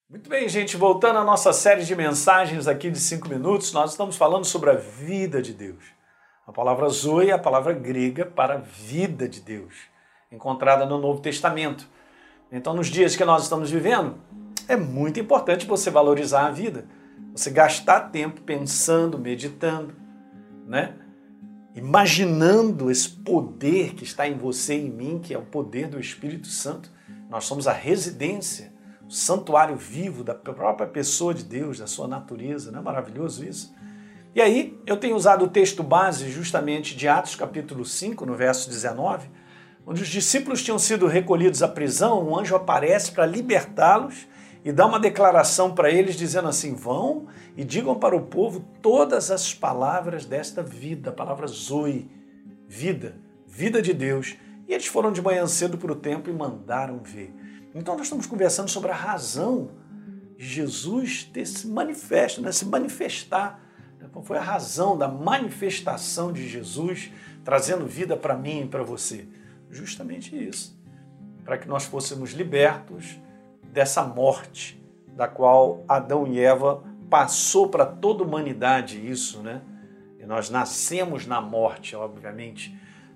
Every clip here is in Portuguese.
Muito bem, gente, voltando à nossa série de mensagens aqui de 5 minutos, nós estamos falando sobre a vida de Deus. A palavra zoe é a palavra grega para vida de Deus, encontrada no Novo Testamento. Então, nos dias que nós estamos vivendo, é muito importante você valorizar a vida, você gastar tempo pensando, meditando, né? Imaginando esse poder que está em você e em mim, que é o poder do Espírito Santo. Nós somos a residência, o santuário vivo da própria pessoa de Deus, da sua natureza. Não é maravilhoso isso? E aí, eu tenho usado o texto base justamente de Atos capítulo 5, no verso 19, onde os discípulos tinham sido recolhidos à prisão, um anjo aparece para libertá-los e dá uma declaração para eles dizendo assim: vão e digam para o povo todas as palavras desta vida, a palavra zoe, vida, vida de Deus. E eles foram de manhã cedo para o templo e mandaram ver. Então nós estamos conversando sobre a razão de Jesus ter se manifesto, né? Se manifestar. Qual foi a razão da manifestação de Jesus trazendo vida para mim e para você? Justamente isso, para que nós fôssemos libertos dessa morte da qual Adão e Eva passou para toda a humanidade isso, né? E nós nascemos na morte, obviamente,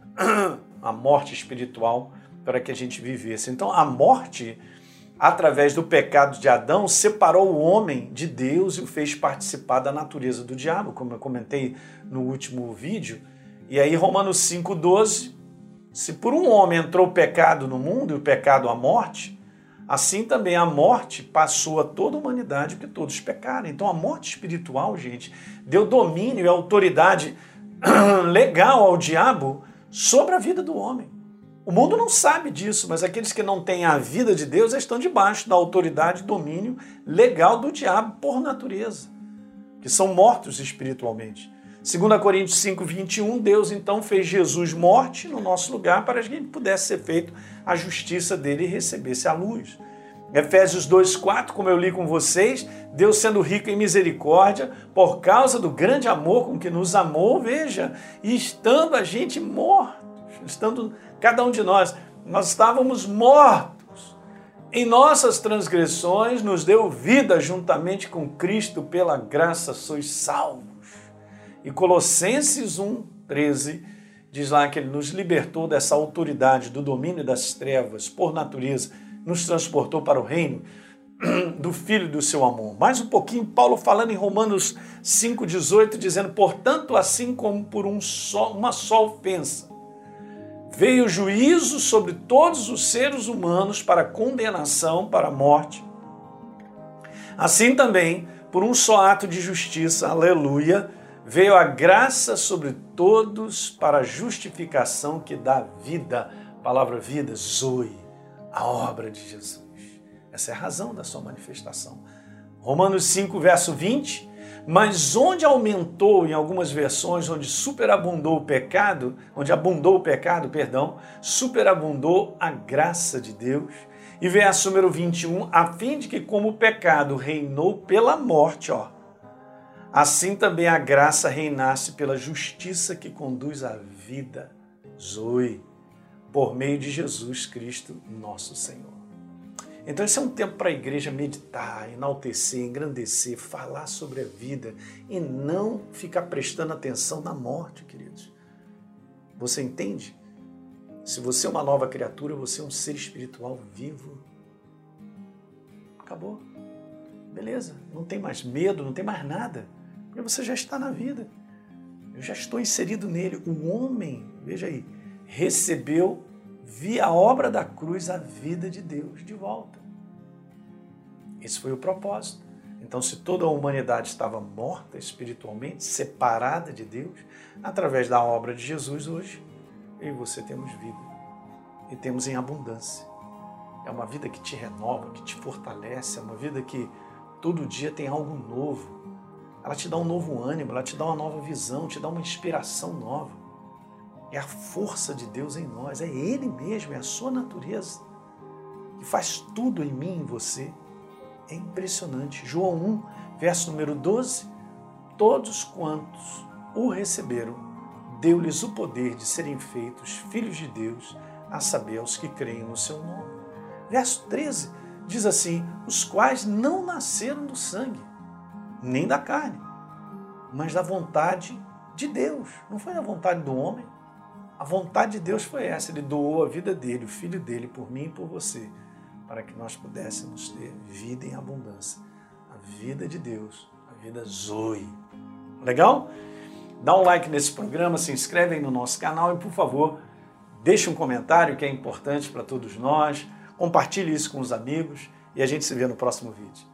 a morte espiritual, para que a gente vivesse. Então, a morte, através do pecado de Adão, separou o homem de Deus e o fez participar da natureza do diabo, como eu comentei no último vídeo. E aí, Romanos 5,12, se por um homem entrou o pecado no mundo e o pecado a morte, assim também a morte passou a toda a humanidade, porque todos pecaram. Então, a morte espiritual, gente, deu domínio e autoridade legal ao diabo sobre a vida do homem. O mundo não sabe disso, mas aqueles que não têm a vida de Deus estão debaixo da autoridade e domínio legal do diabo por natureza, que são mortos espiritualmente. 2 Coríntios 5,21, Deus então fez Jesus morte no nosso lugar para que ele pudesse ser feito a justiça dele e recebesse a luz. Efésios 2,4, como eu li com vocês, Deus sendo rico em misericórdia, por causa do grande amor com que nos amou, veja, e estando a gente mortos, estando cada um de nós estávamos mortos. Em nossas transgressões nos deu vida juntamente com Cristo, pela graça sois salvos. E Colossenses 1,13 diz lá que ele nos libertou dessa autoridade, do domínio das trevas, por natureza, nos transportou para o reino do Filho do seu amor. Mais um pouquinho, Paulo falando em Romanos 5,18, dizendo: portanto, assim como por uma só ofensa, veio o juízo sobre todos os seres humanos para condenação, para a morte, assim também, por um só ato de justiça, aleluia, veio a graça sobre todos para a justificação que dá vida, palavra vida, zoe, a obra de Jesus. Essa é a razão da sua manifestação. Romanos 5, verso 20, mas onde aumentou, em algumas versões, onde superabundou o pecado, superabundou a graça de Deus. E verso número 21, a fim de que como o pecado reinou pela morte, assim também a graça reinasse pela justiça que conduz à vida, zoe, por meio de Jesus Cristo, nosso Senhor. Então esse é um tempo para a igreja meditar, enaltecer, engrandecer, falar sobre a vida e não ficar prestando atenção na morte, queridos. Você entende? Se você é uma nova criatura, você é um ser espiritual vivo. Acabou. Beleza, não tem mais medo, não tem mais nada, porque você já está na vida. Eu já estou inserido nele. O homem, veja aí, recebeu via a obra da cruz a vida de Deus de volta. Esse foi o propósito. Então, se toda a humanidade estava morta espiritualmente, separada de Deus, através da obra de Jesus hoje, eu e você temos vida. E temos em abundância. É uma vida que te renova, que te fortalece, é uma vida que todo dia tem algo novo. Ela te dá um novo ânimo, ela te dá uma nova visão, te dá uma inspiração nova. É a força de Deus em nós, é Ele mesmo, é a sua natureza, que faz tudo em mim e em você. É impressionante. João 1, verso número 12, todos quantos o receberam, deu-lhes o poder de serem feitos filhos de Deus, a saber, aos que creem no seu nome. Verso 13 diz assim, os quais não nasceram do sangue, nem da carne, mas da vontade de Deus. Não foi a vontade do homem. A vontade de Deus foi essa. Ele doou a vida dele, o Filho dele, por mim e por você, para que nós pudéssemos ter vida em abundância. A vida de Deus, a vida Zoe. Legal? Dá um like nesse programa, se inscreve aí no nosso canal e, por favor, deixe um comentário que é importante para todos nós. Compartilhe isso com os amigos e a gente se vê no próximo vídeo.